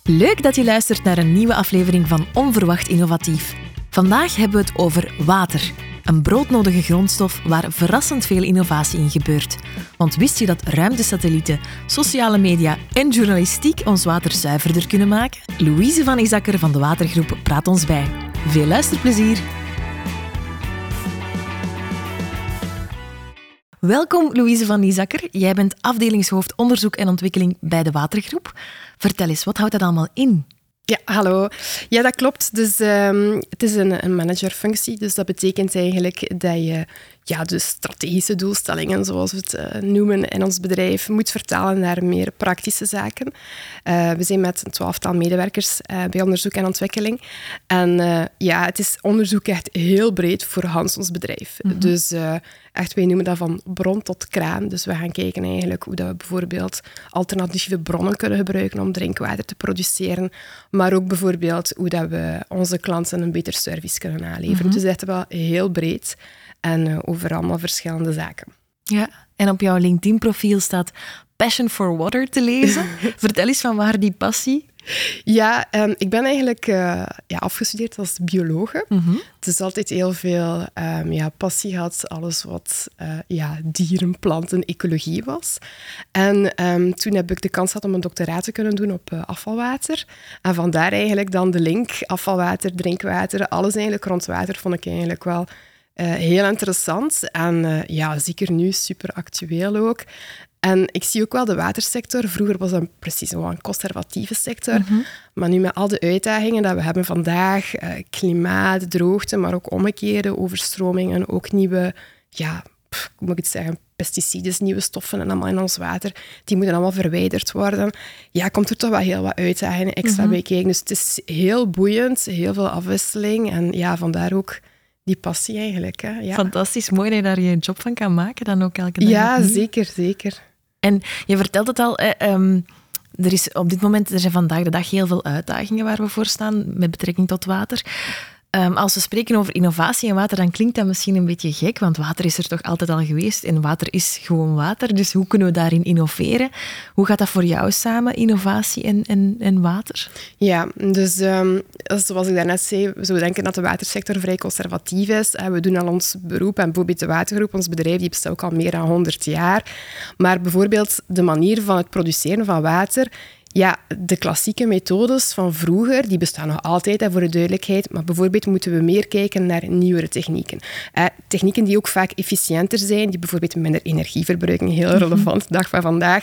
Leuk dat je luistert naar een nieuwe aflevering van Onverwacht Innovatief. Vandaag hebben we het over water. Een broodnodige grondstof waar verrassend veel innovatie in gebeurt. Want wist je dat ruimtesatellieten, sociale media en journalistiek ons water zuiverder kunnen maken? Louise van Isakker van de Watergroep praat ons bij. Veel luisterplezier! Welkom Louise van Isakker. Jij bent afdelingshoofd onderzoek en ontwikkeling bij de Watergroep. Vertel eens, wat houdt dat allemaal in? Ja, hallo. Ja, dat klopt. Dus, het is een managerfunctie. Dus dat betekent eigenlijk dat je de strategische doelstellingen, zoals we het noemen in ons bedrijf, moet vertalen naar meer praktische zaken. We zijn met een 12-tal medewerkers bij onderzoek en ontwikkeling. En het is onderzoek echt heel breed voor Hans ons bedrijf. Mm-hmm. Dus echt, wij noemen dat van bron tot kraan. Dus we gaan kijken eigenlijk hoe dat we bijvoorbeeld alternatieve bronnen kunnen gebruiken om drinkwater te produceren. Maar ook bijvoorbeeld hoe dat we onze klanten een beter service kunnen aanleveren. Mm-hmm. Dus echt wel heel breed. En over allemaal verschillende zaken. Ja, en op jouw LinkedIn-profiel staat Passion for Water te lezen. Vertel eens van waar die passie? Ja, ik ben eigenlijk afgestudeerd als biologe. Mm-hmm. Dus altijd heel veel passie gehad, alles wat dieren, planten, ecologie was. En toen heb ik de kans gehad om een doctoraat te kunnen doen op afvalwater. En vandaar eigenlijk dan de link afvalwater, drinkwater, alles eigenlijk rond water vond ik eigenlijk wel heel interessant en zeker nu super actueel ook. En ik zie ook wel de watersector. Vroeger was dat precies wel een conservatieve sector. Mm-hmm. Maar nu met al de uitdagingen die we hebben vandaag, klimaat, droogte, maar ook omgekeerde overstromingen, ook nieuwe, hoe moet ik het zeggen, pesticiden, nieuwe stoffen en allemaal in ons water, die moeten allemaal verwijderd worden. Ja, komt er toch wel heel wat uitdagingen extra bij kijken. Dus het is heel boeiend, heel veel afwisseling en vandaar ook die passie eigenlijk. Hè. Ja. Fantastisch, mooi dat je daar je job van kan maken dan ook elke dag. Ja, zeker. En je vertelt het al, er zijn vandaag de dag heel veel uitdagingen waar we voor staan met betrekking tot water. Als we spreken over innovatie en water, dan klinkt dat misschien een beetje gek, want water is er toch altijd al geweest en water is gewoon water. Dus hoe kunnen we daarin innoveren? Hoe gaat dat voor jou samen, innovatie en water? Ja, dus zoals ik daarnet zei, we denken dat de watersector vrij conservatief is. We doen al ons beroep en bijvoorbeeld de Watergroep, ons bedrijf, die bestaat ook al meer dan 100 jaar. Maar bijvoorbeeld de manier van het produceren van water. Ja, de klassieke methodes van vroeger, die bestaan nog altijd, voor de duidelijkheid. Maar bijvoorbeeld moeten we meer kijken naar nieuwere technieken. Technieken die ook vaak efficiënter zijn, die bijvoorbeeld minder energie verbruiken. Heel relevant, de dag van vandaag.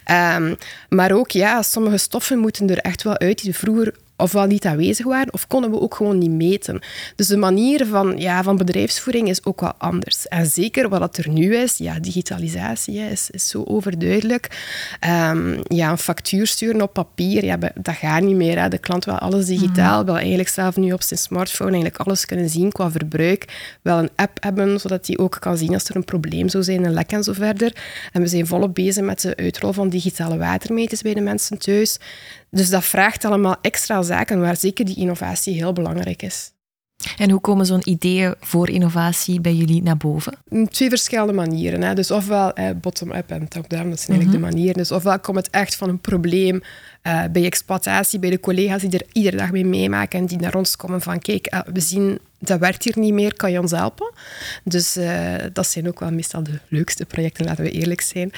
Maar ook, sommige stoffen moeten er echt wel uit die vroeger ofwel niet aanwezig waren, of konden we ook gewoon niet meten. Dus de manier van bedrijfsvoering is ook wel anders. En zeker wat er nu is, digitalisatie is zo overduidelijk. Een factuur sturen op papier, dat gaat niet meer. Hè. De klant wil alles digitaal, wil eigenlijk zelf nu op zijn smartphone eigenlijk alles kunnen zien qua verbruik. Wel een app hebben, zodat hij ook kan zien als er een probleem zou zijn, een lek en zo verder. En we zijn volop bezig met de uitrol van digitale watermeters bij de mensen thuis. Dus dat vraagt allemaal extra zaken waar zeker die innovatie heel belangrijk is. En hoe komen zo'n ideeën voor innovatie bij jullie naar boven? 2 verschillende manieren. Hè. Dus ofwel bottom-up en top-down, dat zijn eigenlijk de manieren. Dus ofwel komt het echt van een probleem bij exploitatie, bij de collega's die er iedere dag mee meemaken en die naar ons komen van kijk, we zien dat werkt hier niet meer, kan je ons helpen? Dus dat zijn ook wel meestal de leukste projecten, laten we eerlijk zijn.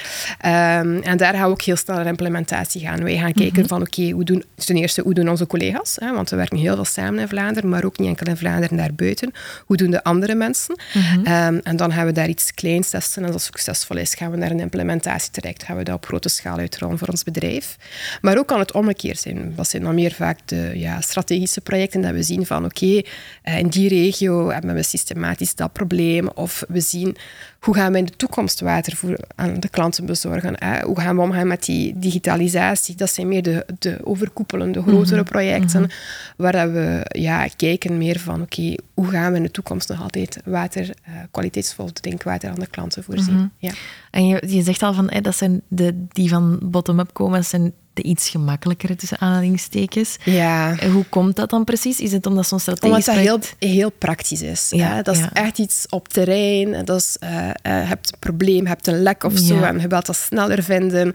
En daar gaan we ook heel snel naar implementatie gaan. Wij gaan kijken van ten eerste, hoe doen onze collega's? Hè? Want we werken heel veel samen in Vlaanderen, maar ook niet enkel in Vlaanderen daarbuiten. Hoe doen de andere mensen? En dan gaan we daar iets kleins testen. En als dat succesvol is, gaan we naar een implementatie terecht. Gaan we dat op grote schaal uitrollen voor ons bedrijf. Maar ook kan het omgekeerd zijn. Dat zijn dan meer vaak de strategische projecten dat we zien van in die regio hebben we systematisch dat probleem. Of we zien hoe gaan we in de toekomst water aan de klanten bezorgen. Hoe gaan we omgaan met die digitalisatie. Dat zijn meer de overkoepelende, grotere projecten. Waar we kijken meer van hoe gaan we in de toekomst nog altijd water, kwaliteitsvol drinkwater aan de klanten voorzien. Ja. En je zegt al van dat zijn die van bottom-up komen, dat zijn de iets gemakkelijkere tussen aanhalingstekens. Ja. Hoe komt dat dan precies? Is het omdat zo'n strategisch Omdat dat project... heel praktisch is. Ja, Hè? Dat is echt iets op terrein. Dat is, je hebt een probleem, je hebt een lek of zo en je wilt dat sneller vinden.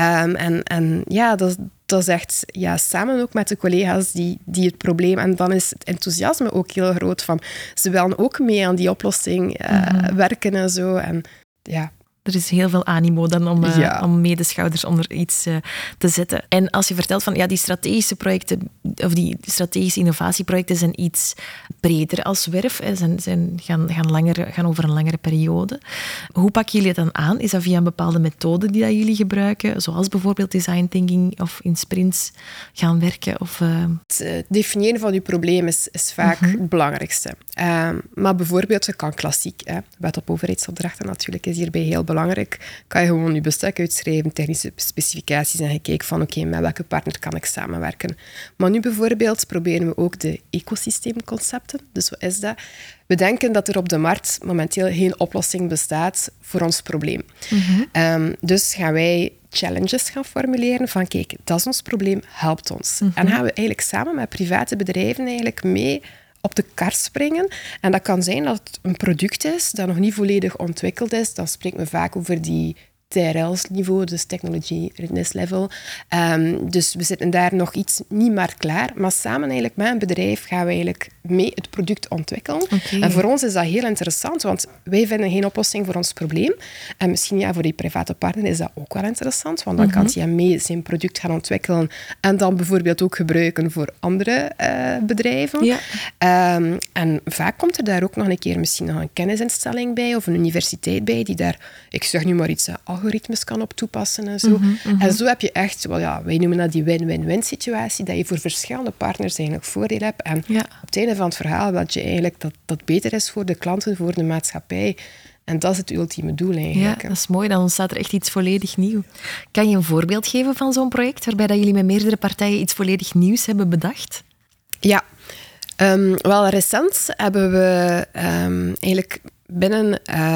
En dat is echt samen ook met de collega's die het probleem... En dan is het enthousiasme ook heel groot van... Ze willen ook mee aan die oplossing werken en zo. En ja... Er is heel veel animo dan om medeschouders onder iets te zetten. En als je vertelt van die strategische projecten, of die strategische innovatieprojecten zijn iets breder als werf, gaan over een langere periode. Hoe pakken jullie het dan aan? Is dat via een bepaalde methode die dat jullie gebruiken? Zoals bijvoorbeeld design thinking of in sprints gaan werken? Of, Het definiëren van je probleem is vaak het belangrijkste. Maar bijvoorbeeld, het kan klassiek. Wet op overheidsopdrachten natuurlijk is hierbij heel belangrijk. Kan je gewoon je bestek uitschrijven, technische specificaties en je kijkt van oké, met welke partner kan ik samenwerken. Maar nu bijvoorbeeld proberen we ook de ecosysteemconcepten. Dus wat is dat? We denken dat er op de markt momenteel geen oplossing bestaat voor ons probleem. Dus gaan wij challenges gaan formuleren van kijk, dat is ons probleem, helpt ons. En gaan we eigenlijk samen met private bedrijven eigenlijk mee op de kar springen. En dat kan zijn dat het een product is dat nog niet volledig ontwikkeld is. Dan spreken we vaak over die TRL-niveau, dus Technology Readiness Level. Dus we zitten daar nog iets niet maar klaar. Maar samen eigenlijk met een bedrijf gaan we eigenlijk mee het product ontwikkelen. Okay. En voor ons is dat heel interessant, want wij vinden geen oplossing voor ons probleem. En misschien voor die private partner is dat ook wel interessant, want dan kan hij mee zijn product gaan ontwikkelen en dan bijvoorbeeld ook gebruiken voor andere bedrijven. Ja. En vaak komt er daar ook nog een keer misschien nog een kennisinstelling bij of een universiteit bij die daar, ik zeg nu maar iets, algoritmes kan op toepassen en zo. En zo heb je echt, wij noemen dat die win-win-win situatie, dat je voor verschillende partners eigenlijk voordeel hebt. En op het einde van het verhaal dat je eigenlijk dat beter is voor de klanten, voor de maatschappij. En dat is het ultieme doel eigenlijk. Ja, dat is mooi. Dan ontstaat er echt iets volledig nieuw. Kan je een voorbeeld geven van zo'n project waarbij dat jullie met meerdere partijen iets volledig nieuws hebben bedacht? Ja. Wel recent hebben we eigenlijk binnen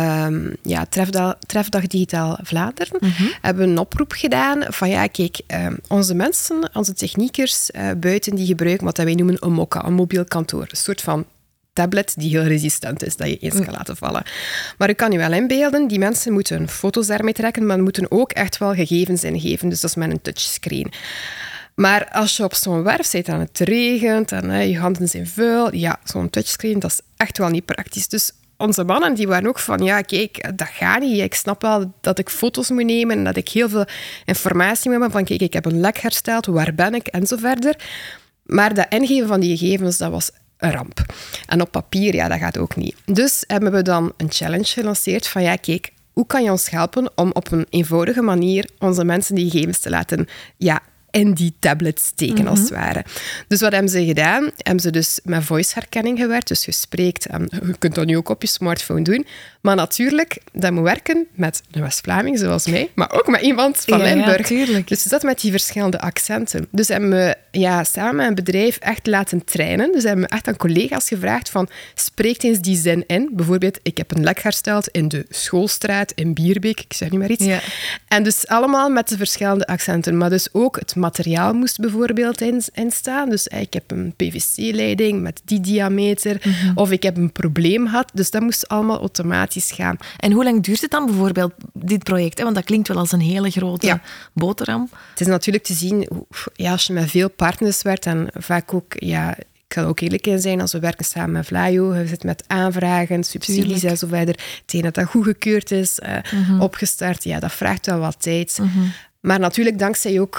Trefdag Digitaal Vlaanderen hebben we een oproep gedaan van kijk, onze mensen, onze techniekers buiten die gebruiken wat wij noemen een mokka, een mobiel kantoor. Een soort van tablet die heel resistent is, dat je eens kan laten vallen. Maar u kan je wel inbeelden, die mensen moeten foto's daarmee trekken, maar moeten ook echt wel gegevens ingeven. Dus dat is met een touchscreen. Maar als je op zo'n werf zit en het regent en je handen zijn vuil, zo'n touchscreen, dat is echt wel niet praktisch. Dus onze mannen die waren ook van, kijk, dat gaat niet. Ik snap wel dat ik foto's moet nemen en dat ik heel veel informatie moet hebben van, kijk, ik heb een lek hersteld, waar ben ik, en zo verder. Maar dat ingeven van die gegevens, dat was een ramp. En op papier, dat gaat ook niet. Dus hebben we dan een challenge gelanceerd van, kijk, hoe kan je ons helpen om op een eenvoudige manier onze mensen die gegevens te laten in die tablet steken, als het ware. Dus wat hebben ze gedaan? Hebben ze dus met voice-herkenning gewerkt. Dus je spreekt, en je kunt dat nu ook op je smartphone doen. Maar natuurlijk, dat moet werken met een West-Vlaming, zoals mij, maar ook met iemand van Limburg. Dus dat met die verschillende accenten. Dus hebben we samen met een bedrijf echt laten trainen. Dus hebben we echt aan collega's gevraagd van, spreek eens die zin in. Bijvoorbeeld, ik heb een lek hersteld in de Schoolstraat in Bierbeek, ik zeg nu maar iets. Ja. En dus allemaal met de verschillende accenten. Maar dus ook het materiaal moest bijvoorbeeld in staan. Dus ik heb een PVC-leiding met die diameter. Of ik heb een probleem gehad. Dus dat moest allemaal automatisch gaan. En hoe lang duurt het dan bijvoorbeeld, dit project? Hè? Want dat klinkt wel als een hele grote boterham. Het is natuurlijk te zien, als je met veel partners werkt en vaak ook... Ik kan ook eerlijk in zijn, als we werken samen met Vlaio, we zitten met aanvragen, subsidies en zo verder. Tegen dat goedgekeurd is, opgestart, dat vraagt wel wat tijd. Maar natuurlijk, dankzij ook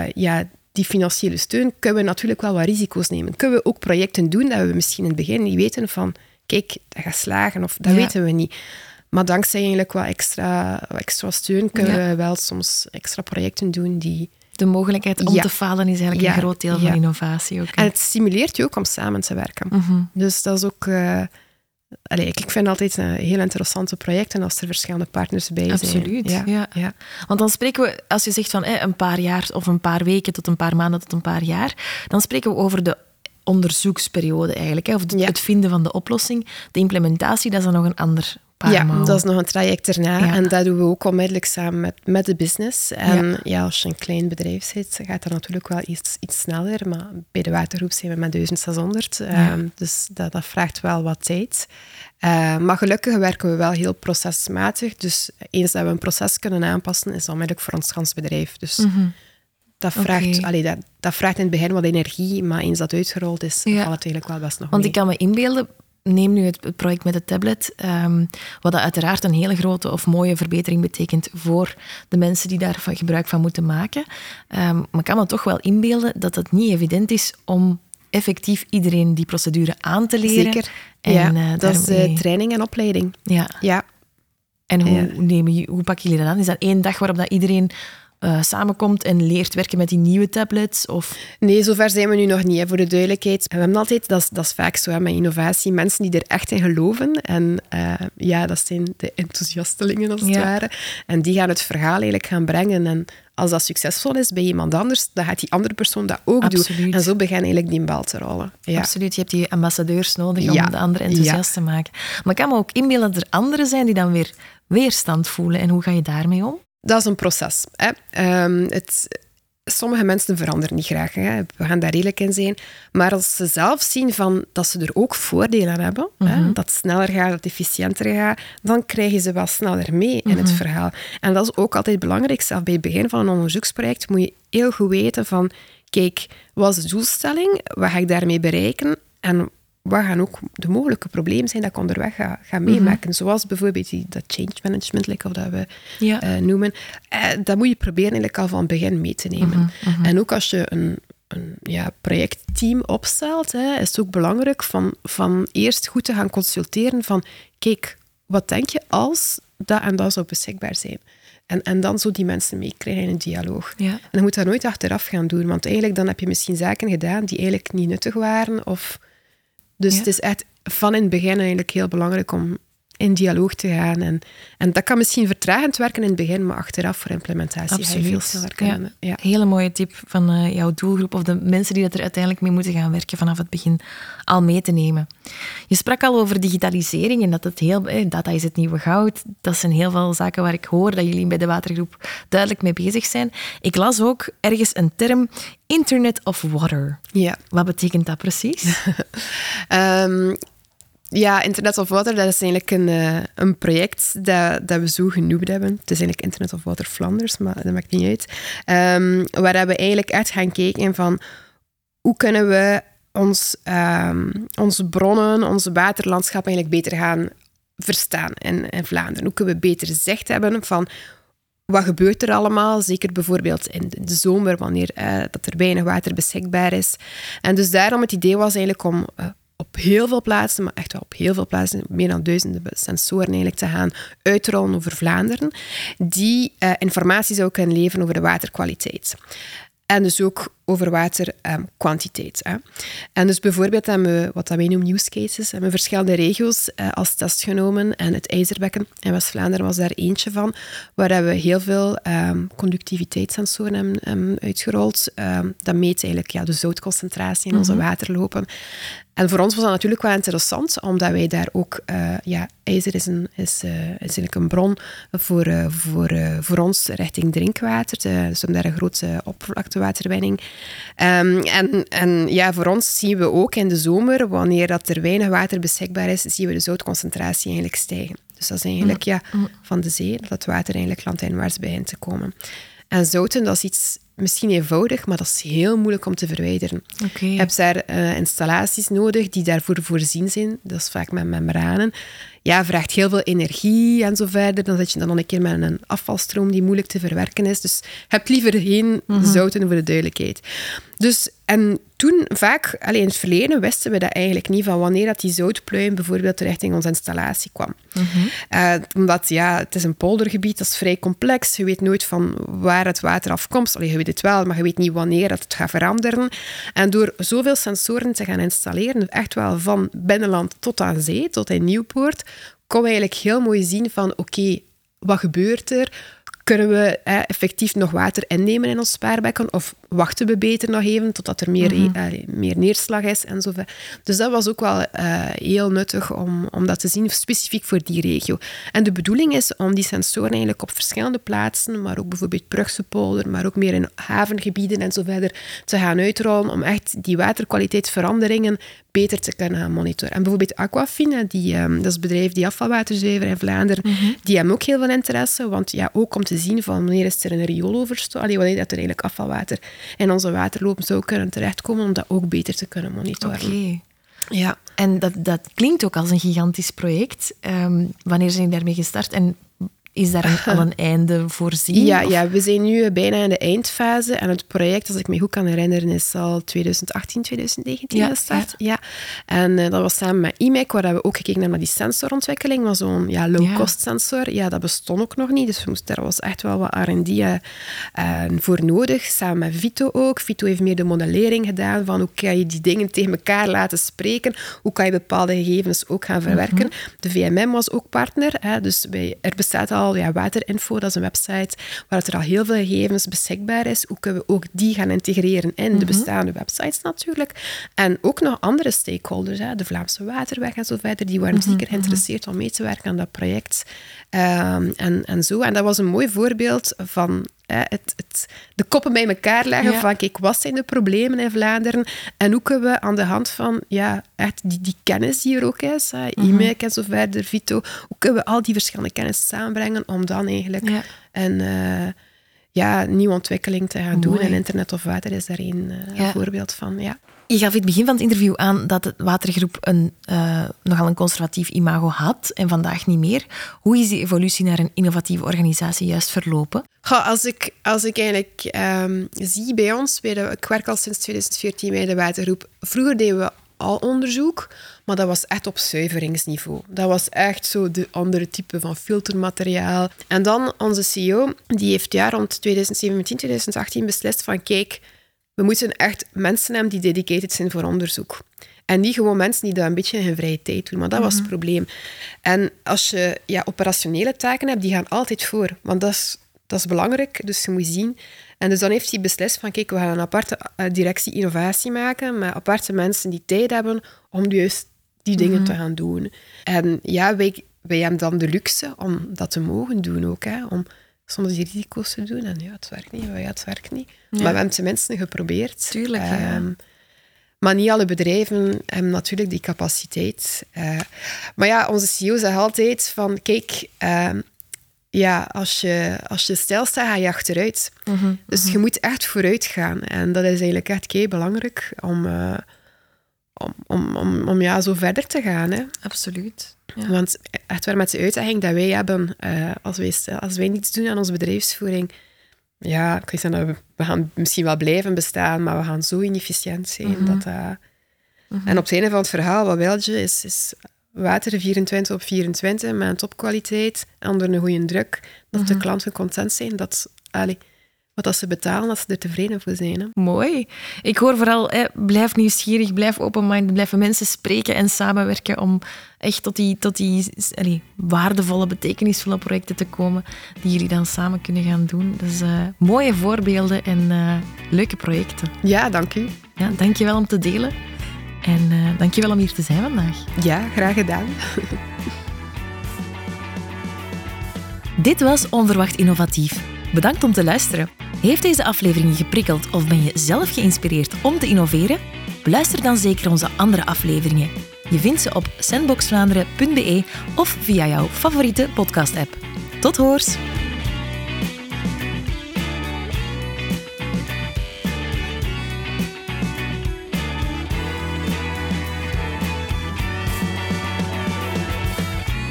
die financiële steun, kunnen we natuurlijk wel wat risico's nemen. Kunnen we ook projecten doen dat we misschien in het begin niet weten van, kijk, dat gaat slagen, of dat weten we niet. Maar dankzij eigenlijk wat extra steun kunnen we wel soms extra projecten doen die... De mogelijkheid om te falen is eigenlijk een groot deel van innovatie. Ook, en het stimuleert je ook om samen te werken. Dus dat is ook... ik vind het altijd een heel interessante projecten als er verschillende partners bij zijn. Absoluut, ja. Want dan spreken we, als je zegt van een paar jaar of een paar weken tot een paar maanden tot een paar jaar, dan spreken we over de onderzoeksperiode eigenlijk, of het vinden van de oplossing. De implementatie, dat is dan nog een ander paar mouwen. Dat is nog een traject erna. Ja. En dat doen we ook onmiddellijk samen met de business. En als je een klein bedrijf zit, gaat dat natuurlijk wel iets sneller. Maar bij de watergroep zijn we met 1600. Dus dat vraagt wel wat tijd. Maar gelukkig werken we wel heel procesmatig. Dus eens dat we een proces kunnen aanpassen, is dat onmiddellijk voor ons gans bedrijf. Dus dat vraagt in het begin wat energie, maar eens dat uitgerold is, valt het eigenlijk wel best nog Want mee. ik kan me inbeelden, neem nu het project met de tablet, wat dat uiteraard een hele grote of mooie verbetering betekent voor de mensen die daar gebruik van moeten maken. Maar ik kan me toch wel inbeelden dat het niet evident is om effectief iedereen die procedure aan te leren. Zeker. En, dat is training en opleiding. Ja. En hoe pakken jullie dat aan? Is dat 1 dag waarop dat iedereen samenkomt en leert werken met die nieuwe tablets? Of? Nee, zover zijn we nu nog niet, voor de duidelijkheid. We hebben altijd, dat is vaak zo met innovatie, mensen die er echt in geloven. En dat zijn de enthousiastelingen als het ware. En die gaan het verhaal eigenlijk gaan brengen. En als dat succesvol is bij iemand anders, dan gaat die andere persoon dat ook doen. En zo begint eigenlijk die bal te rollen. Ja. Absoluut, je hebt die ambassadeurs nodig om de anderen enthousiast te maken. Maar ik kan me ook inbeelden dat er anderen zijn die dan weer weerstand voelen. En hoe ga je daarmee om? Dat is een proces. Hè. Sommige mensen veranderen niet graag. Hè. We gaan daar redelijk in zijn. Maar als ze zelf zien dat ze er ook voordelen aan hebben, hè, dat het sneller gaat, dat het efficiënter gaat, dan krijgen ze wel sneller mee in het verhaal. En dat is ook altijd belangrijk. Zelfs bij het begin van een onderzoeksproject moet je heel goed weten van, kijk, wat is de doelstelling? Wat ga ik daarmee bereiken? En wat gaan ook de mogelijke problemen zijn dat ik onderweg ga meemaken. Zoals bijvoorbeeld dat change management, of dat we noemen. Dat moet je proberen eigenlijk al van het begin mee te nemen. En ook als je een projectteam opstelt, is het ook belangrijk van eerst goed te gaan consulteren van, kijk, wat denk je als dat en dat zou beschikbaar zijn? En dan zo die mensen meekrijgen in een dialoog. Ja. En je moet dat nooit achteraf gaan doen, want eigenlijk dan heb je misschien zaken gedaan die eigenlijk niet nuttig waren, Dus het is echt van in het begin eigenlijk heel belangrijk om in dialoog te gaan. En dat kan misschien vertragend werken in het begin, maar achteraf voor implementatie ga je veel sneller kunnen. Ja. Hele mooie tip van jouw doelgroep of de mensen die dat er uiteindelijk mee moeten gaan werken vanaf het begin al mee te nemen. Je sprak al over digitalisering en dat data is het nieuwe goud. Dat zijn heel veel zaken waar ik hoor dat jullie bij de Watergroep duidelijk mee bezig zijn. Ik las ook ergens een term, Internet of Water. Ja. Wat betekent dat precies? Internet of Water, dat is eigenlijk een project dat we zo genoemd hebben. Het is eigenlijk Internet of Water Flanders, maar dat maakt niet uit. Waar we eigenlijk echt gaan kijken van hoe kunnen we onze bronnen, onze waterlandschap eigenlijk beter gaan verstaan in Vlaanderen. Hoe kunnen we beter zicht hebben van wat gebeurt er allemaal, zeker bijvoorbeeld in de zomer, wanneer dat er weinig water beschikbaar is. En dus daarom het idee was eigenlijk om op heel veel plaatsen, maar echt wel op heel veel plaatsen, meer dan 1000 sensoren eigenlijk te gaan uitrollen over Vlaanderen, die informatie zou kunnen leveren over de waterkwaliteit. En dus ook over waterkwantiteit. En dus bijvoorbeeld hebben we wat wij noemen use cases, hebben we verschillende regio's als test genomen. En het IJzerbekken in West-Vlaanderen was daar eentje van, waar we heel veel conductiviteitssensoren hebben uitgerold. Dat meet eigenlijk de zoutconcentratie in onze waterlopen. En voor ons was dat natuurlijk wel interessant, omdat wij daar ook... ijzer is eigenlijk een bron voor ons richting drinkwater. Dus we hebben daar een grote oppervlaktewaterwinning. Voor ons zien we ook in de zomer, wanneer dat er weinig water beschikbaar is, zien we de zoutconcentratie eigenlijk stijgen. Dus dat is eigenlijk van de zee, dat het water eigenlijk landinwaarts begint te komen. En zouten, dat is iets misschien eenvoudig, maar dat is heel moeilijk om te verwijderen. Okay. Je hebt daar installaties nodig die daarvoor voorzien zijn. Dat is vaak met membranen. Ja, vraagt heel veel energie en zo verder. Dan zit je dan nog een keer met een afvalstroom die moeilijk te verwerken is. Dus je hebt liever geen zouten voor de duidelijkheid. Dus, en toen vaak, in het verleden wisten we dat eigenlijk niet, van wanneer dat die zoutpluim bijvoorbeeld richting onze installatie kwam. Omdat het is een poldergebied, dat is vrij complex. Je weet nooit van waar het water afkomt. Je weet het wel, maar je weet niet wanneer dat het gaat veranderen. En door zoveel sensoren te gaan installeren, echt wel van binnenland tot aan zee, tot in Nieuwpoort, kon we eigenlijk heel mooi zien van oké, wat gebeurt er? Kunnen we effectief nog water innemen in ons spaarbekken? Of wachten we beter nog even totdat er meer neerslag is en zo. Dus dat was ook wel heel nuttig om dat te zien, specifiek voor die regio. En de bedoeling is om die sensoren eigenlijk op verschillende plaatsen, maar ook bijvoorbeeld Brugse polder, maar ook meer in havengebieden en zo verder, te gaan uitrollen om echt die waterkwaliteitsveranderingen beter te kunnen gaan monitoren. En bijvoorbeeld Aquafin, dat is het bedrijf die afvalwater zuivert in Vlaanderen, die hebben ook heel veel interesse, want ja, ook om te zien van wanneer is er een riooloverstoot, wanneer dat er eigenlijk afvalwater in onze waterlopen zou kunnen terechtkomen, om dat ook beter te kunnen monitoren. Oké. Ja. En dat klinkt ook als een gigantisch project. Wanneer zijn jullie daarmee gestart en is daar al een einde voorzien? Ja, we zijn nu bijna in de eindfase. En het project, als ik me goed kan herinneren, is al 2018, 2019 gestart. Ja. En dat was samen met IMEC, waar we ook gekeken hebben naar die sensorontwikkeling. Maar zo'n low-cost sensor, dat bestond ook nog niet. Dus daar was echt wel wat R&D voor nodig. Samen met Vito ook. Vito heeft meer de modellering gedaan van hoe kan je die dingen tegen elkaar laten spreken. Hoe kan je bepaalde gegevens ook gaan verwerken. De VMM was ook partner. Dus er bestaat al Waterinfo, dat is een website waar er al heel veel gegevens beschikbaar is. Hoe kunnen we ook die gaan integreren in de bestaande websites natuurlijk. En ook nog andere stakeholders, de Vlaamse Waterweg en zo verder, die waren zeker geïnteresseerd om mee te werken aan dat project. En zo. En dat was een mooi voorbeeld van de koppen bij elkaar leggen van kijk, wat zijn de problemen in Vlaanderen en hoe kunnen we aan de hand van echt die kennis die er ook is, IMEC en zo verder, Vito, hoe kunnen we al die verschillende kennis samenbrengen om dan eigenlijk een nieuwe ontwikkeling te gaan doen. En Internet of Water is daar een voorbeeld van. Ja. Je gaf in het begin van het interview aan dat de Watergroep nogal een conservatief imago had en vandaag niet meer. Hoe is die evolutie naar een innovatieve organisatie juist verlopen? Als ik eigenlijk zie bij ons, ik werk al sinds 2014 bij de Watergroep. Vroeger deden we al onderzoek, maar dat was echt op zuiveringsniveau. Dat was echt zo de andere type van filtermateriaal. En dan onze CEO, die heeft rond 2017, 2018 beslist van kijk, we moeten echt mensen hebben die dedicated zijn voor onderzoek. En niet gewoon mensen die dat een beetje in hun vrije tijd doen. Maar dat was het probleem. En als je operationele taken hebt, die gaan altijd voor. Want dat is belangrijk, dus je moet zien. En dus dan heeft hij beslist van kijk, we gaan een aparte directie innovatie maken, met aparte mensen die tijd hebben om juist die dingen te gaan doen. En wij hebben dan de luxe om dat te mogen doen ook. Om soms die risico's te doen. En het werkt niet. Het werkt niet. Ja. Maar we hebben het tenminste geprobeerd. Tuurlijk, maar niet alle bedrijven hebben natuurlijk die capaciteit. Maar onze CEO zegt altijd van kijk, als je stil staat, ga je achteruit. Dus je moet echt vooruit gaan. En dat is eigenlijk echt kei belangrijk om zo verder te gaan. Hè. Absoluut. Ja. Want echt waar met de uitdaging dat wij hebben, als wij niets doen aan onze bedrijfsvoering, ik kan zeggen, we gaan misschien wel blijven bestaan, maar we gaan zo inefficiënt zijn. En op het einde van het verhaal, wat wil je, is water 24 op 24 met een topkwaliteit en onder een goede druk, dat de klanten content zijn, wat ze betalen, dat ze er tevreden voor zijn. Hè. Mooi. Ik hoor vooral, blijf nieuwsgierig, blijf open-minded, blijven mensen spreken en samenwerken om echt tot die waardevolle, betekenisvolle projecten te komen die jullie dan samen kunnen gaan doen. Dus mooie voorbeelden en leuke projecten. Ja, dank u. Ja, dank je wel om te delen. En dank je wel om hier te zijn vandaag. Ja, graag gedaan. Dit was Onverwacht Innovatief. Bedankt om te luisteren. Heeft deze aflevering je geprikkeld of ben je zelf geïnspireerd om te innoveren? Beluister dan zeker onze andere afleveringen. Je vindt ze op sandboxvlaanderen.be of via jouw favoriete podcast-app. Tot hoors!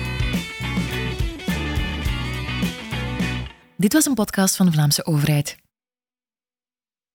Dit was een podcast van de Vlaamse overheid.